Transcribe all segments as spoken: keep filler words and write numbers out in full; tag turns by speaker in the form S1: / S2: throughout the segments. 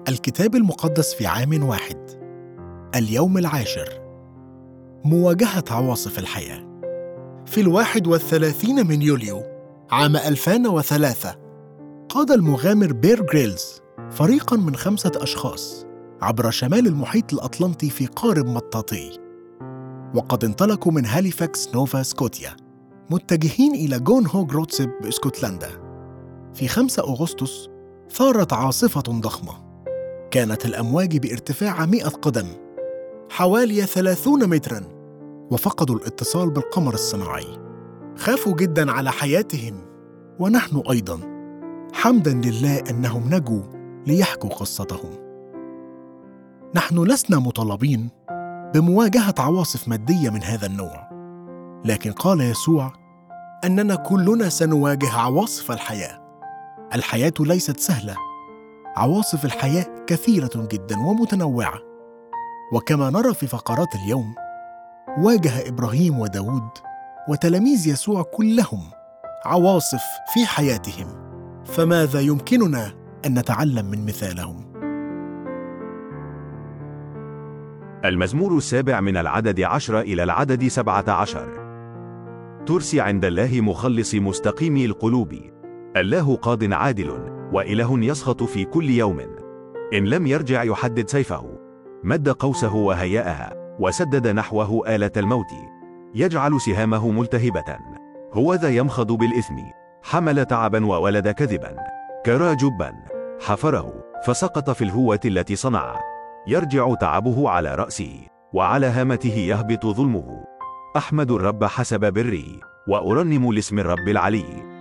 S1: الكتاب المقدس في عام واحد. اليوم العاشر. مواجهة عواصف الحياة. في الواحد والثلاثين من يوليو عام ألفين وثلاثة قاد المغامر بير جريلز فريقاً من خمسة أشخاص عبر شمال المحيط الأطلنطي في قارب مطاطي، وقد انطلقوا من هاليفاكس نوفا سكوتيا متجهين إلى جون هوغ روتسب باسكتلندا. في خمسة أغسطس ثارت عاصفة ضخمة كانت الأمواج بارتفاع مئة قدم حوالي ثلاثين متراً، وفقدوا الاتصال بالقمر الصناعي. خافوا جداً على حياتهم، ونحن أيضاً، حمداً لله أنهم نجوا ليحكوا قصتهم. نحن لسنا مطالبين بمواجهة عواصف مادية من هذا النوع، لكن قال يسوع أننا كلنا سنواجه عواصف الحياة. الحياة ليست سهلة، عواصف الحياة كثيرة جداً ومتنوعة، وكما نرى في فقرات اليوم واجه إبراهيم وداود وتلاميذ يسوع كلهم عواصف في حياتهم، فماذا يمكننا أن نتعلم من مثالهم؟
S2: المزمور السابع من العدد عشر إلى العدد سبعة عشر. ترسي عند الله مخلص مستقيمي القلوب. الله قاض عادل، وإله يسخط في كل يوم. إن لم يرجع يحدد سيفه، مد قوسه وهيأها، وسدد نحوه آلة الموت. يجعل سهامه ملتهبة. هو ذا يمخض بالإثم، حمل تعبا وولد كذبا. كرى جبا، حفره، فسقط في الهوة التي صنع. يرجع تعبه على رأسه، وعلى هامته يهبط ظلمه. أحمد الرب حسب بره، وأرنم لاسم الرب العلي.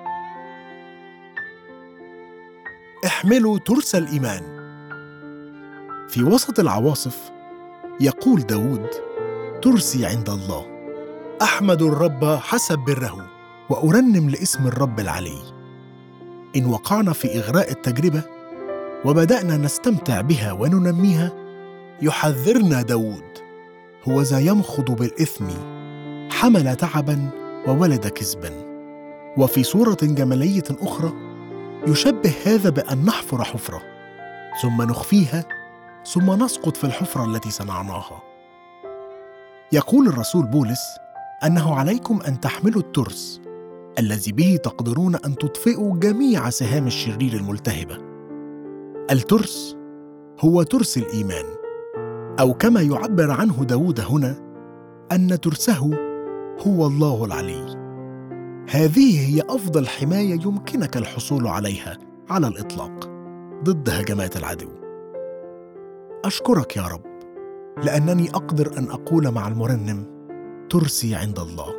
S1: احملوا ترس الإيمان. في وسط العواصف يقول داود: ترسي عند الله، أحمد الرب حسب بره، وأرنم لاسم الرب العلي. إن وقعنا في إغراء التجربة وبدأنا نستمتع بها وننميها، يحذرنا داود: هو ذا يمخض بالإثم، حمل تعبا وولد كذبا. وفي صورة جمالية أخرى يشبه هذا بأن نحفر حفرة ثم نخفيها ثم نسقط في الحفرة التي صنعناها. يقول الرسول بولس أنه عليكم أن تحملوا الترس الذي به تقدرون أن تطفئوا جميع سهام الشرير الملتهبة. الترس هو ترس الإيمان، أو كما يعبر عنه داود هنا أن ترسه هو الله العلي. هذه هي أفضل حماية يمكنك الحصول عليها على الإطلاق ضد هجمات العدو. أشكرك يا رب لأنني أقدر أن أقول مع المرنم: ترسي عند الله.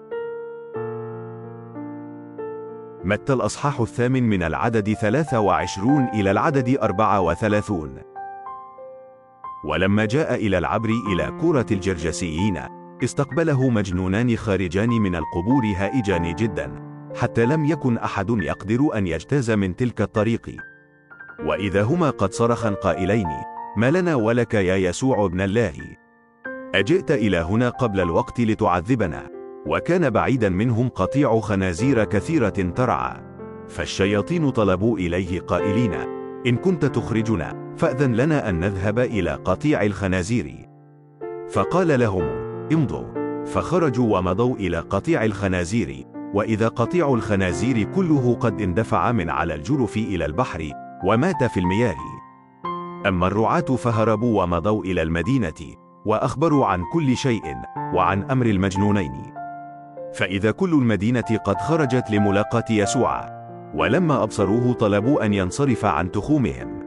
S2: متى الأصحاح الثامن من العدد ثلاثة وعشرون إلى العدد أربعة وثلاثون. ولما جاء إلى العبر إلى كورة الجرجسيين، استقبله مجنونان خارجان من القبور هائجان جدا، حتى لم يكن أحد يقدر أن يجتاز من تلك الطريق. وإذا هما قد صرخا قائلين: ما لنا ولك يا يسوع ابن الله؟ أجئت إلى هنا قبل الوقت لتعذبنا؟ وكان بعيدا منهم قطيع خنازير كثيرة ترعى. فالشياطين طلبوا إليه قائلين: إن كنت تخرجنا فأذن لنا أن نذهب إلى قطيع الخنازير. فقال لهم: امضوا. فخرجوا ومضوا إلى قطيع الخنازير، وإذا قطيع الخنازير كله قد اندفع من على الجرف إلى البحر ومات في المياه. أما الرعاة فهربوا ومضوا إلى المدينة، وأخبروا عن كل شيء وعن أمر المجنونين. فإذا كل المدينة قد خرجت لملاقاة يسوع، ولما أبصروه طلبوا أن ينصرف عن تخومهم.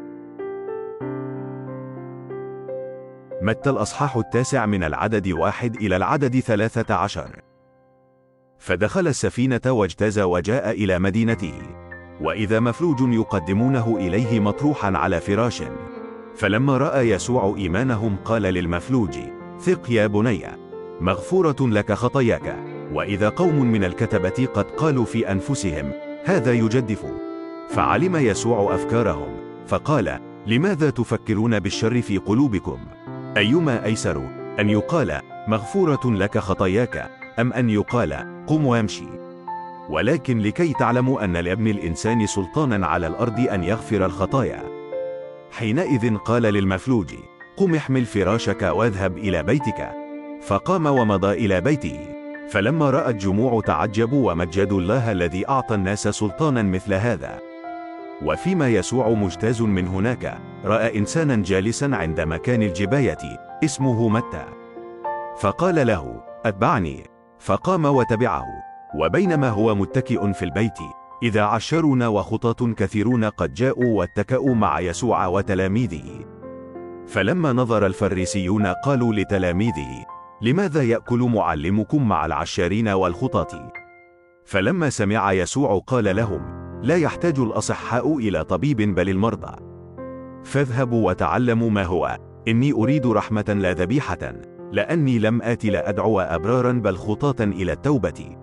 S2: متى الأصحاح التاسع من العدد واحد إلى العدد ثلاثة عشر. فدخل السفينة واجتاز وجاء إلى مدينته، وإذا مفلوج يقدمونه إليه مطروحا على فراش. فلما رأى يسوع إيمانهم قال للمفلوج: ثق يا بني، مغفورة لك خطاياك. وإذا قوم من الكتبة قد قالوا في أنفسهم: هذا يجدف. فعلم يسوع أفكارهم، فقال: لماذا تفكرون بالشر في قلوبكم؟ أيما أيسر، أن يقال: مغفورة لك خطاياك، أم أن يقال: قم وامشي؟ ولكن لكي تعلموا أن لابن الإنسان سلطانا على الأرض أن يغفر الخطايا. حينئذ قال للمفلوج: قم احمل فراشك واذهب إلى بيتك. فقام ومضى إلى بيته. فلما رأى الجموع تعجبوا ومجدوا الله الذي أعطى الناس سلطانا مثل هذا. وفيما يسوع مجتاز من هناك، رأى إنسانا جالسا عند مكان الجباية اسمه متى، فقال له: أتبعني. فقام وتبعه. وبينما هو متكئ في البيت، إذا عشرون وخطاة كثيرون قد جاءوا واتكأوا مع يسوع وتلاميذه. فلما نظر الفريسيون قالوا لتلاميذه: لماذا يأكل معلمكم مع العشارين والخطاة؟ فلما سمع يسوع قال لهم: لا يحتاج الأصحاء إلى طبيب بل المرضى. فاذهبوا وتعلموا ما هو، إني أريد رحمة لا ذبيحة، لأني لم آت لأدعو أبرارا بل خطاة إلى التوبة.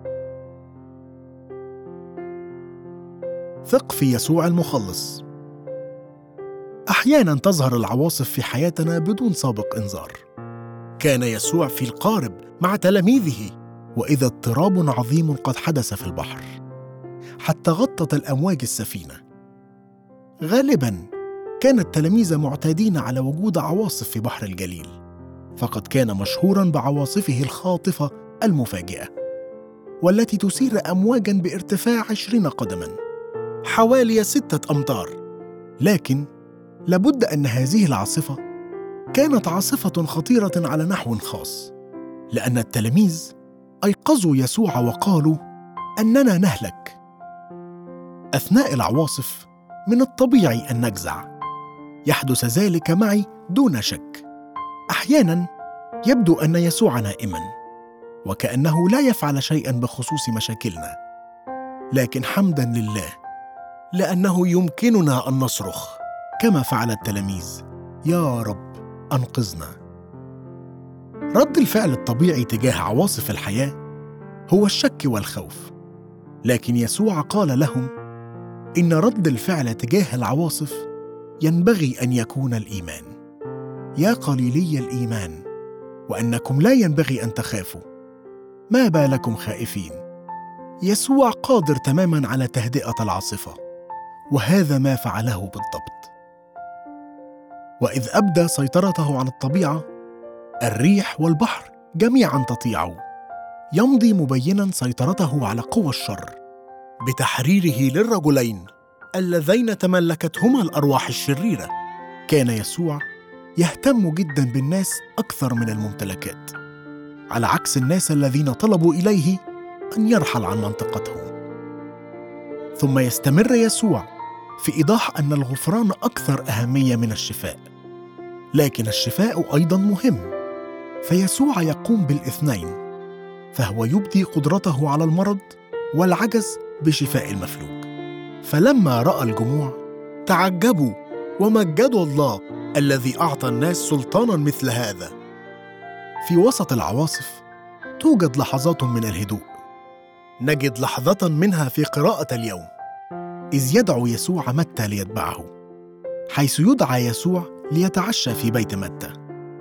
S1: ثق في يسوع المخلص. أحيانا تظهر العواصف في حياتنا بدون سابق إنذار. كان يسوع في القارب مع تلاميذه، وإذا اضطراب عظيم قد حدث في البحر حتى غطت الأمواج السفينة. غالبا كان التلاميذ معتادين على وجود عواصف في بحر الجليل، فقد كان مشهورا بعواصفه الخاطفة المفاجئة، والتي تثير أمواجا بارتفاع عشرين قدما، حوالي ستة أمتار. لكن لابد أن هذه العاصفة كانت عاصفة خطيرة على نحو خاص، لأن التلاميذ أيقظوا يسوع وقالوا: أننا نهلك. أثناء العواصف من الطبيعي أن نجزع. يحدث ذلك معي دون شك. أحيانا يبدو أن يسوع نائما، وكأنه لا يفعل شيئا بخصوص مشاكلنا، لكن حمدا لله لأنه يمكننا أن نصرخ كما فعل التلاميذ: يا رب أنقذنا. رد الفعل الطبيعي تجاه عواصف الحياة هو الشك والخوف، لكن يسوع قال لهم إن رد الفعل تجاه العواصف ينبغي أن يكون الإيمان. يا قليلي الإيمان، وأنكم لا ينبغي أن تخافوا. ما بالكم خائفين؟ يسوع قادر تماما على تهدئة العاصفة، وهذا ما فعله بالضبط. وإذ أبدى سيطرته على الطبيعة، الريح والبحر جميعا تطيعوا. يمضي مبينا سيطرته على قوى الشر بتحريره للرجلين اللذين تملكتهما الأرواح الشريرة. كان يسوع يهتم جدا بالناس أكثر من الممتلكات، على عكس الناس الذين طلبوا إليه أن يرحل عن منطقتهم. ثم يستمر يسوع في إيضاح أن الغفران أكثر أهمية من الشفاء، لكن الشفاء أيضا مهم، فيسوع يقوم بالاثنين، فهو يبدي قدرته على المرض والعجز بشفاء المفلوج. فلما رأى الجموع تعجبوا ومجدوا الله الذي أعطى الناس سلطانا مثل هذا. في وسط العواصف توجد لحظات من الهدوء. نجد لحظة منها في قراءة اليوم، إذ يدعو يسوع متى ليتبعه، حيث يدعى يسوع ليتعشى في بيت متى.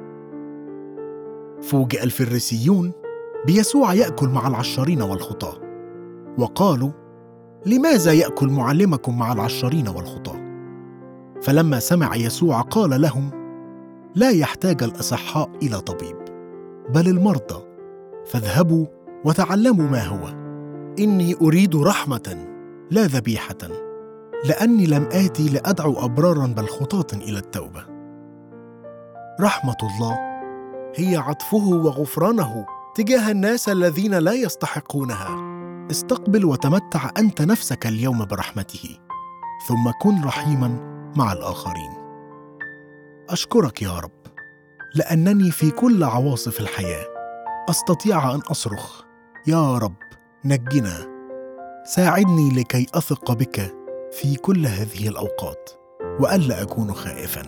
S1: فوجئ الفريسيون بيسوع يأكل مع العشارين والخطاة، وقالوا: لماذا يأكل معلمكم مع العشارين والخطاة؟ فلما سمع يسوع قال لهم: لا يحتاج الأصحاء إلى طبيب بل المرضى، فاذهبوا وتعلموا ما هو، إني أريد رحمة لا ذبيحة، لأني لم آتي لأدعو أبرارا بل خطاة إلى التوبة. رحمة الله هي عطفه وغفرانه تجاه الناس الذين لا يستحقونها. استقبل وتمتع أنت نفسك اليوم برحمته، ثم كن رحيما مع الآخرين. أشكرك يا رب، لأنني في كل عواصف الحياة أستطيع أن أصرخ: يا رب نجنا. ساعدني لكي أثق بك في كل هذه الأوقات، وألا أكون خائفا.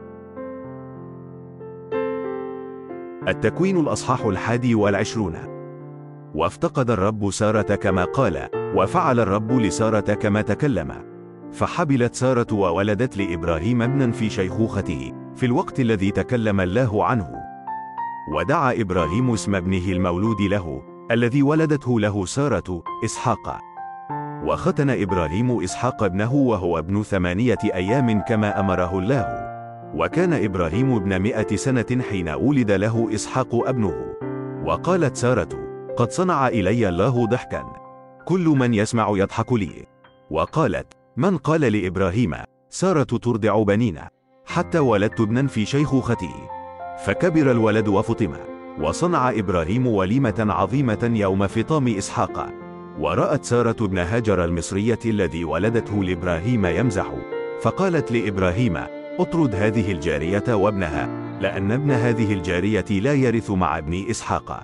S2: التكوين الأصحاح الحادي والعشرون. وافتقد الرب سارة كما قال، وفعل الرب لسارة كما تكلم، فحبلت سارة وولدت لإبراهيم ابنا في شيخوخته في الوقت الذي تكلم الله عنه. ودعا إبراهيم اسم ابنه المولود له الذي ولدته له سارة إسحاق. وختن إبراهيم إسحاق ابنه وهو ابن ثمانية أيام كما أمره الله. وكان إبراهيم ابن مئة سنة حين ولد له إسحاق ابنه. وقالت سارة: قد صنع إلي الله ضحكا، كل من يسمع يضحك لي. وقالت: من قال لإبراهيم سارة ترضع بنينا، حتى ولدت ابنا في شيخوختي. فكبر الولد وفطم، وصنع إبراهيم وليمة عظيمة يوم فطام إسحاق. ورأت سارة ابن هاجر المصرية الذي ولدته لإبراهيم يمزح، فقالت لإبراهيم: اطرد هذه الجارية وابنها، لأن ابن هذه الجارية لا يرث مع ابن إسحاق.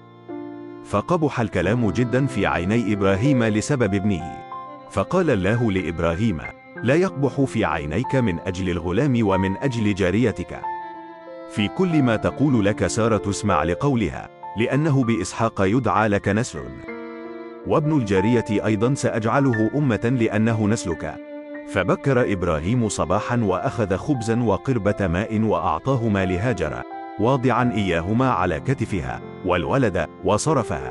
S2: فقبح الكلام جدا في عيني إبراهيم لسبب ابنه. فقال الله لإبراهيم: لا يقبح في عينيك من أجل الغلام ومن أجل جاريتك. في كل ما تقول لك سارة اسمع لقولها، لأنه بإسحاق يدعى لك نسل، وابن الجارية أيضا سأجعله أمة لأنه نسلك. فبكر إبراهيم صباحا وأخذ خبزا وقربة ماء وأعطاهما لهاجر، واضعا إياهما على كتفها والولد، وصرفها.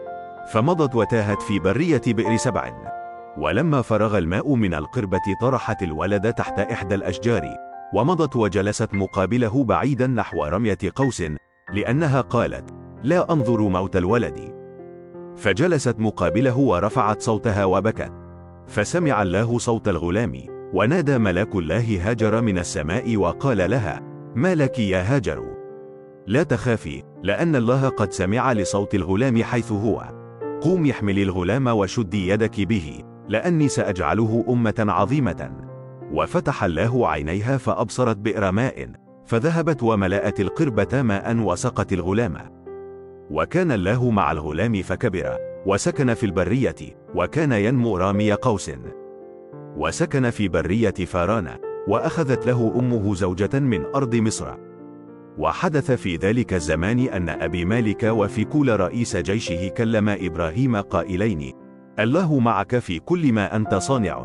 S2: فمضت وتاهت في برية بئر سبع. ولما فرغ الماء من القربة طرحت الولد تحت إحدى الأشجار، ومضت وجلست مقابله بعيدا نحو رمية قوس، لأنها قالت: لا أنظر موت الولد. فجلست مقابله ورفعت صوتها وبكت. فسمع الله صوت الغلام، ونادى ملاك الله هاجر من السماء وقال لها: ما لك يا هاجر؟ لا تخافي، لأن الله قد سمع لصوت الغلام حيث هو. قومي احملي الغلام وشدي يدك به، لأني سأجعله أمة عظيمة. وفتح الله عينيها فأبصرت بئر ماء، فذهبت وملأت القربة ماء وسقت الغلام. وكان الله مع الغلام فكبر، وسكن في البرية، وكان ينمو رامي قوس. وسكن في برية فاران، وأخذت له أمه زوجة من أرض مصر. وحدث في ذلك الزمان أن أبي مالك وفيكول رئيس جيشه كلم إبراهيم قائلين: الله معك في كل ما أنت صانع،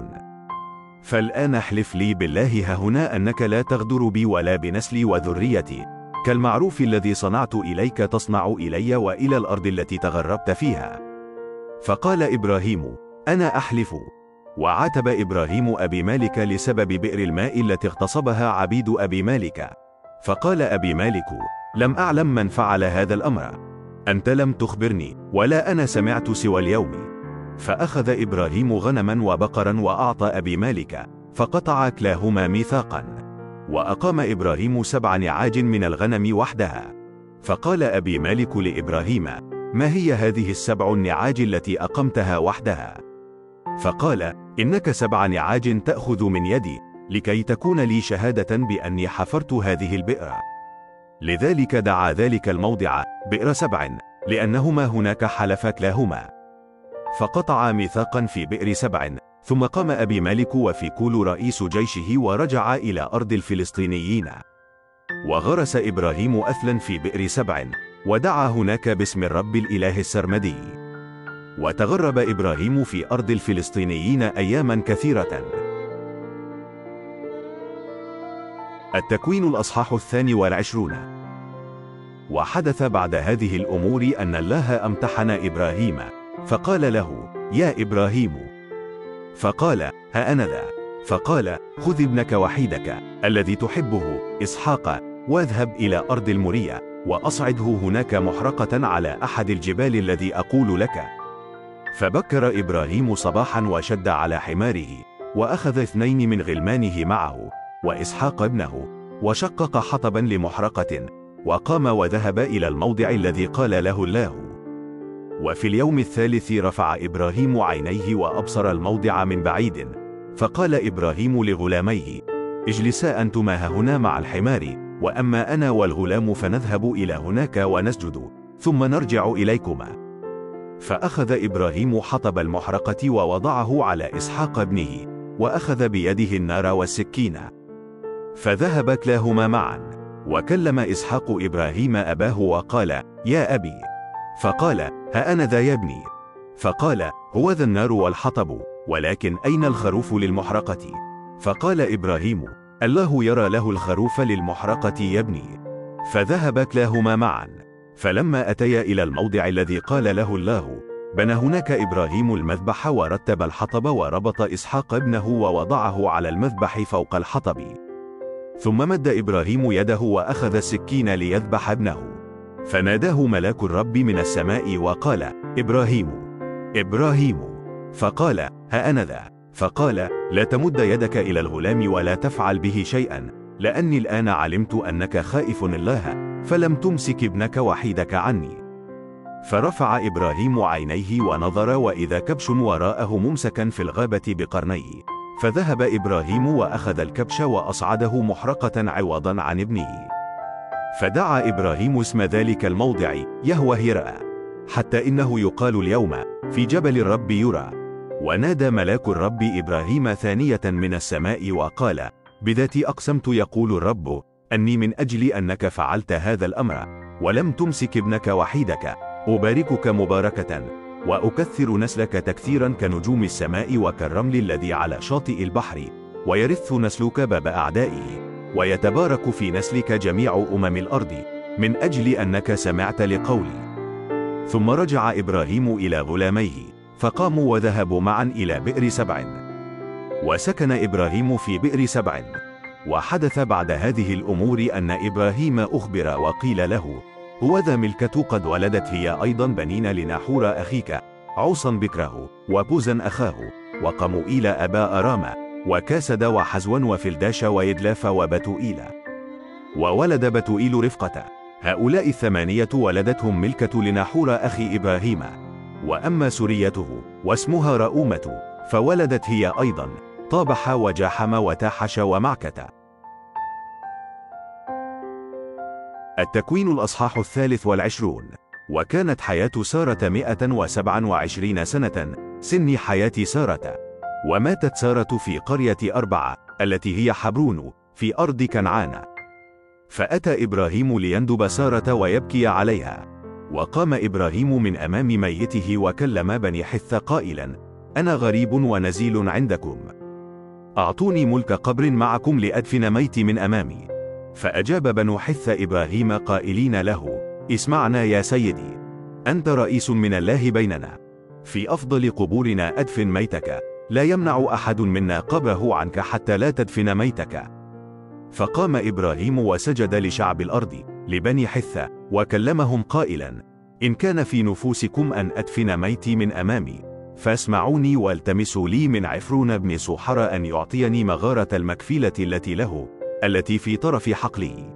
S2: فالآن احلف لي بالله ههنا أنك لا تغدر بي ولا بنسلي وذريتي، كالمعروف الذي صنعت إليك تصنع إلي وإلى الأرض التي تغربت فيها. فقال إبراهيم: أنا أحلف. وعاتب إبراهيم أبي مالك لسبب بئر الماء التي اغتصبها عبيد أبي مالك. فقال أبي مالك: لم أعلم من فعل هذا الأمر، أنت لم تخبرني، ولا أنا سمعت سوى اليوم. فأخذ إبراهيم غنما وبقرا وأعطى أبي مالك، فقطع كلاهما ميثاقا. وأقام إبراهيم سبع نعاج من الغنم وحدها. فقال أبي مالك لإبراهيم: ما هي هذه السبع النعاج التي أقمتها وحدها؟ فقال: إنك سبع نعاج تأخذ من يدي، لكي تكون لي شهادة بأني حفرت هذه البئر. لذلك دعا ذلك الموضع بئر سبع، لأنهما هناك حلف كلاهما. فقطع ميثاقا في بئر سبع. ثم قام أبي مالك وفيكول رئيس جيشه ورجع إلى أرض الفلسطينيين. وغرس إبراهيم أثلا في بئر سبع، ودعا هناك باسم الرب الإله السرمدي. وتغرب إبراهيم في أرض الفلسطينيين أياما كثيرة. التكوين الأصحاح الثاني والعشرون. وحدث بعد هذه الأمور أن الله امتحن إبراهيم، فقال له: يا إبراهيم. فقال: ها أنا ذا. فقال: خذ ابنك وحيدك الذي تحبه إسحاق، واذهب إلى أرض المورية، وأصعده هناك محرقة على أحد الجبال الذي أقول لك. فبكر إبراهيم صباحا وشد على حماره، وأخذ اثنين من غلمانه معه وإسحاق ابنه، وشقق حطبا لمحرقة، وقام وذهب إلى الموضع الذي قال له الله. وفي اليوم الثالث رفع إبراهيم عينيه وأبصر الموضع من بعيد. فقال إبراهيم لغلاميه: اجلسا أنتما هنا مع الحمار، وأما أنا والغلام فنذهب إلى هناك ونسجد، ثم نرجع إليكما. فأخذ إبراهيم حطب المحرقة ووضعه على إسحاق ابنه، وأخذ بيده النار والسكين، فذهب كلاهما معا. وكلم إسحاق إبراهيم أباه وقال: يا أبي. فقال: ها أنا ذا يا ابني. فقال: هو ذا النار والحطب، ولكن أين الخروف للمحرقة؟ فقال إبراهيم: الله يرى له الخروف للمحرقة يا ابني. فذهب كلاهما معا. فلما أتيا إلى الموضع الذي قال له الله، بنى هناك إبراهيم المذبح، ورتب الحطب، وربط إسحاق ابنه ووضعه على المذبح فوق الحطب. ثم مد إبراهيم يده وأخذ السكين ليذبح ابنه، فناداه ملاك الرب من السماء وقال: إبراهيم، إبراهيم. فقال: ها أنا ذا. فقال: لا تمد يدك إلى الغلام ولا تفعل به شيئا، لأني الآن علمت أنك خائف الله، فلم تمسك ابنك وحيدك عني. فرفع إبراهيم عينيه ونظر، وإذا كبش وراءه ممسكا في الغابة بقرنيه، فذهب إبراهيم وأخذ الكبش وأصعده محرقة عوضا عن ابنه. فدعا إبراهيم اسم ذلك الموضع يهوه يرى، حتى إنه يقال اليوم في جبل الرب يرى. ونادى ملاك الرب إبراهيم ثانية من السماء وقال: بذاتي أقسمت يقول الرب أني من أجل أنك فعلت هذا الأمر ولم تمسك ابنك وحيدك أباركك مباركة، وأكثر نسلك تكثيرا كنجوم السماء وكالرمل الذي على شاطئ البحر، ويرث نسلك باب أعدائه، ويتبارك في نسلك جميع أمم الأرض، من أجل أنك سمعت لقولي. ثم رجع إبراهيم إلى غلاميه، فقاموا وذهبوا معا إلى بئر سبع، وسكن إبراهيم في بئر سبع. وحدث بعد هذه الأمور أن إبراهيم أخبر وقيل له: هوذا ملكة قد ولدت هي أيضا بنين لناحور أخيك، عوصا بكره، وبوزا أخاه، وقموئيل أبا أرام، وكاسد وحزوا وفلداش ويدلاف وبتوئيل. وولد بتوئيل رفقة. هؤلاء الثمانية ولدتهم ملكة لناحور أخي إبراهيم. وأما سريته واسمها رؤومة، فولدت هي أيضا طابح وجاحم وتاحش ومعكة. التكوين الأصحاح الثالث والعشرون. وكانت حياة سارة مئة وسبعا وعشرين سنة، سن حياة سارة. وماتت سارة في قرية أربعة التي هي حبرون في أرض كنعان. فأتى إبراهيم ليندب سارة ويبكي عليها. وقام إبراهيم من أمام ميته وكلم بني حث قائلا: أنا غريب ونزيل عندكم، أعطوني ملك قبر معكم لأدفن ميتي من أمامي. فأجاب بنو حث إبراهيم قائلين له: اسمعنا يا سيدي، أنت رئيس من الله بيننا، في أفضل قبورنا أدفن ميتك، لا يمنع أحد منا قبره عنك حتى لا تدفن ميتك. فقام إبراهيم وسجد لشعب الأرض لبني حث، وكلمهم قائلا: إن كان في نفوسكم أن أدفن ميتي من أمامي، فاسمعوني والتمسوا لي من عفرون بن سوحر أن يعطيني مغارة المكفيلة التي له، التي في طرف حقله،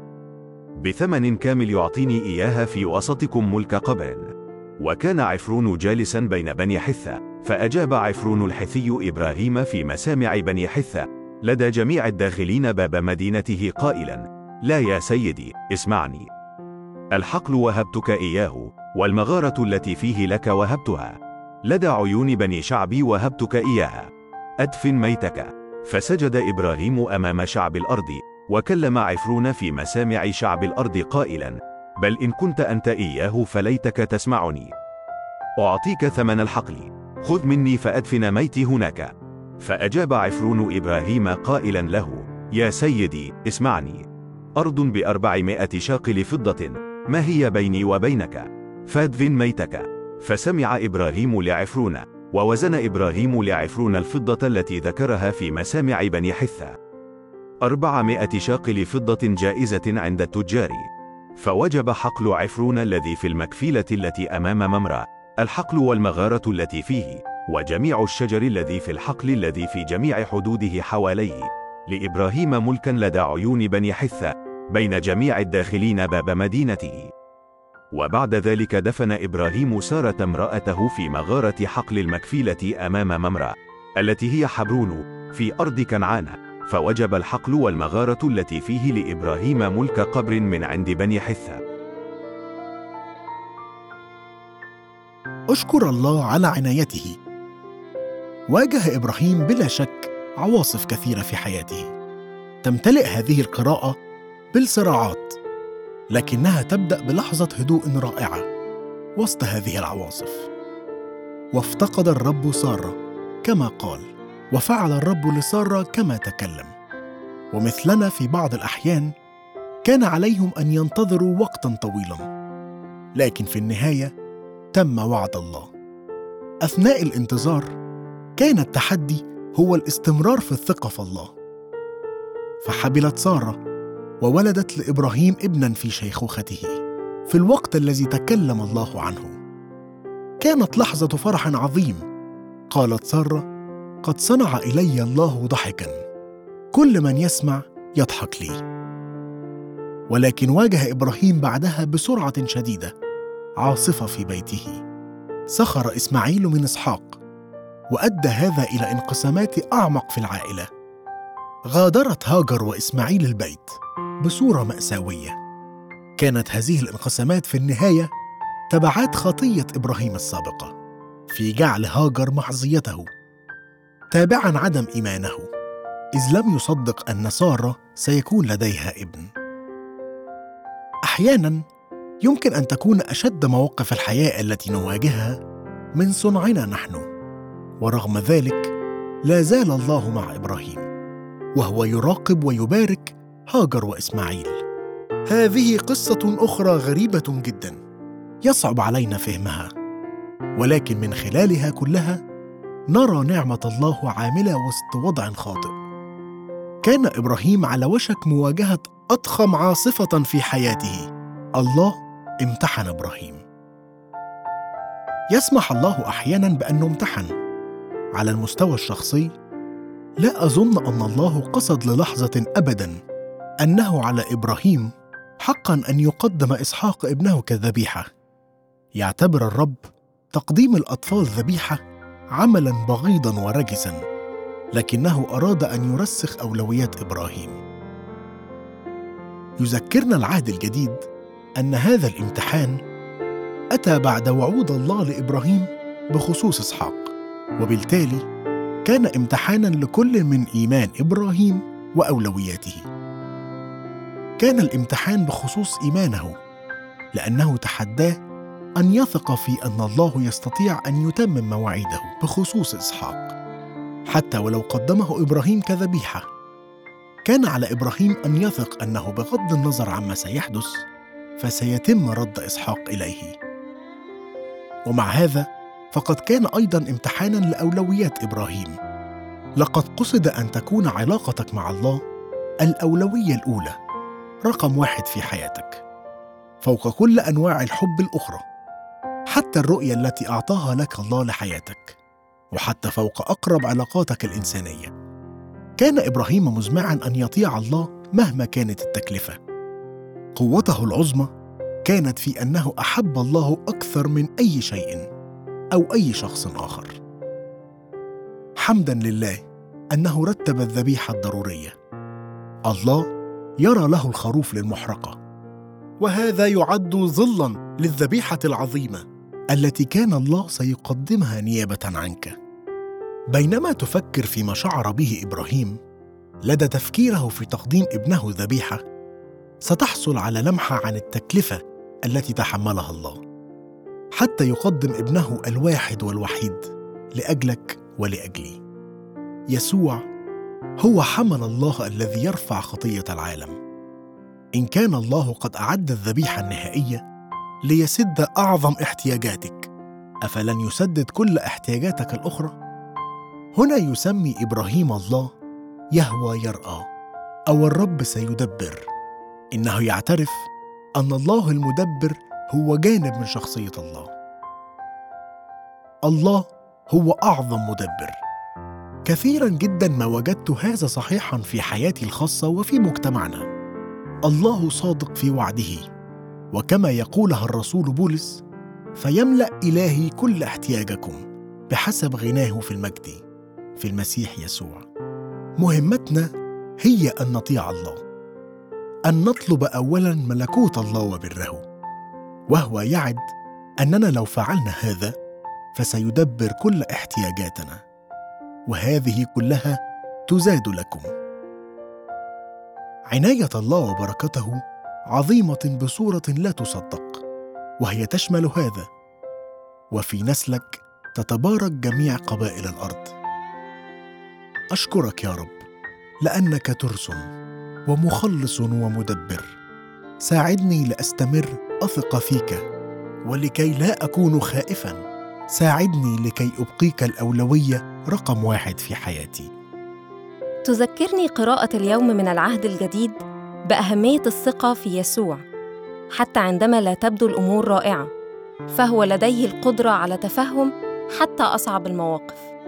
S2: بثمن كامل يعطيني إياها في وسطكم ملك قبر. وكان عفرون جالسا بين بني حث، فأجاب عفرون الحثي إبراهيم في مسامع بني حث لدى جميع الداخلين باب مدينته قائلا: لا يا سيدي، اسمعني، الحقل وهبتك إياه، والمغارة التي فيه لك وهبتها، لدى عيون بني شعبي وهبتك إياها، أدفن ميتك. فسجد إبراهيم أمام شعب الأرض، وكلم عفرون في مسامع شعب الأرض قائلا: بل إن كنت أنت إياه فليتك تسمعني، أعطيك ثمن الحقل، خذ مني فأدفن ميتي هناك. فأجاب عفرون إبراهيم قائلا له: يا سيدي، اسمعني، أرض بأربعمائة شاقل فضة ما هي بيني وبينك، فادفن ميتك. فسمع إبراهيم لعفرون، ووزن إبراهيم لعفرون الفضة التي ذكرها في مسامع بني حث، أربعمائة شاقل فضة جائزة عند التجار. فوجب حقل عفرون الذي في المكفيلة التي أمام ممرة، الحقل والمغارة التي فيه، وجميع الشجر الذي في الحقل الذي في جميع حدوده حواليه، لإبراهيم ملكا لدى عيون بني حث بين جميع الداخلين باب مدينته. وبعد ذلك دفن إبراهيم سارة امرأته في مغارة حقل المكفيلة أمام ممرة التي هي حبرون في أرض كنعان. فوجب الحقل والمغارة التي فيه لإبراهيم ملك قبر من عند بني حث.
S1: أشكر الله على عنايته. واجه إبراهيم بلا شك عواصف كثيرة في حياته، تمتلئ هذه القراءة بالصراعات، لكنها تبدأ بلحظة هدوء رائعة وسط هذه العواصف. وافتقد الرب سارة كما قال، وفعل الرب لسارة كما تكلم. ومثلنا في بعض الأحيان كان عليهم أن ينتظروا وقتاً طويلاً، لكن في النهاية تم وعد الله. أثناء الانتظار كان التحدي هو الاستمرار في الثقة في الله. فحبلت سارة وولدت لإبراهيم ابناً في شيخوخته في الوقت الذي تكلم الله عنه. كانت لحظة فرح عظيم. قالت سارة: قد صنع إلي الله ضحكاً، كل من يسمع يضحك لي. ولكن واجه إبراهيم بعدها بسرعة شديدة عاصفة في بيته. سخر إسماعيل من إسحاق، وأدى هذا إلى انقسامات أعمق في العائلة. غادرت هاجر وإسماعيل البيت بصورة مأساوية. كانت هذه الانقسامات في النهاية تبعات خطية إبراهيم السابقة في جعل هاجر معصيته، تابعاً عدم إيمانه، إذ لم يصدق أن سارة سيكون لديها ابن. أحياناً يمكن أن تكون أشد مواقف الحياة التي نواجهها من صنعنا نحن، ورغم ذلك لا زال الله مع إبراهيم، وهو يراقب ويبارك هاجر وإسماعيل. هذه قصة أخرى غريبة جداً يصعب علينا فهمها، ولكن من خلالها كلها نرى نعمة الله عاملة وسط وضع خاطئ. كان إبراهيم على وشك مواجهة أضخم عاصفة في حياته. الله امتحن إبراهيم. يسمح الله أحياناً بأنه امتحن. على المستوى الشخصي، لا أظن أن الله قصد للحظة أبداً أنه على إبراهيم حقاً أن يقدم إسحاق ابنه كذبيحة. يعتبر الرب تقديم الأطفال ذبيحة عملاً بغيضاً ورجساً، لكنه أراد أن يرسخ أولويات إبراهيم. يذكرنا العهد الجديد أن هذا الامتحان أتى بعد وعود الله لإبراهيم بخصوص إسحاق، وبالتالي كان امتحاناً لكل من إيمان إبراهيم وأولوياته. كان الامتحان بخصوص إيمانه، لأنه تحداه أن يثق في أن الله يستطيع أن يتمم مواعيده بخصوص إسحاق حتى ولو قدمه إبراهيم كذبيحة. كان على إبراهيم أن يثق أنه بغض النظر عما سيحدث فسيتم رد إسحاق إليه. ومع هذا فقد كان أيضاً امتحاناً لأولويات إبراهيم. لقد قصد أن تكون علاقتك مع الله الأولوية الأولى، رقم واحد في حياتك، فوق كل أنواع الحب الأخرى، حتى الرؤية التي أعطاها لك الله لحياتك، وحتى فوق أقرب علاقاتك الإنسانية. كان إبراهيم مزمعاً أن يطيع الله مهما كانت التكلفة. قوته العظمى كانت في أنه أحب الله أكثر من أي شيء أو أي شخص آخر. حمداً لله أنه رتب الذبيحة الضرورية. الله يرى له الخروف للمحرقة، وهذا يعد ظلاً للذبيحة العظيمة التي كان الله سيقدمها نيابة عنك. بينما تفكر فيما شعر به إبراهيم لدى تفكيره في تقديم ابنه ذبيحة، ستحصل على لمحة عن التكلفة التي تحملها الله حتى يقدم ابنه الواحد والوحيد لأجلك ولأجلي. يسوع هو حمل الله الذي يرفع خطية العالم. إن كان الله قد أعد الذبيحة النهائية ليسد أعظم احتياجاتك، أفلن يسدد كل احتياجاتك الأخرى؟ هنا يسمي إبراهيم الله يهوى يرأى، أو الرب سيدبر. إنه يعترف أن الله المدبر هو جانب من شخصية الله. الله هو أعظم مدبر. كثيراً جداً ما وجدت هذا صحيحاً في حياتي الخاصة وفي مجتمعنا. الله صادق في وعده، وكما يقولها الرسول بولس: فيملأ إلهي كل احتياجكم بحسب غناه في المجد في المسيح يسوع. مهمتنا هي أن نطيع الله، أن نطلب أولاً ملكوت الله وبره، وهو يعد أننا لو فعلنا هذا فسيدبر كل احتياجاتنا، وهذه كلها تزاد لكم. عناية الله وبركته عظيمة بصورة لا تصدق، وهي تشمل هذا: وفي نسلك تتبارك جميع قبائل الأرض. أشكرك يا رب لأنك ترس ومخلص ومدبر. ساعدني لأستمر أثق فيك، ولكي لا أكون خائفاً ساعدني لكي أبقيك الأولوية رقم واحد في حياتي.
S3: تذكرني قراءة اليوم من العهد الجديد بأهمية الثقة في يسوع حتى عندما لا تبدو الأمور رائعة، فهو لديه القدرة على تفهم حتى أصعب المواقف.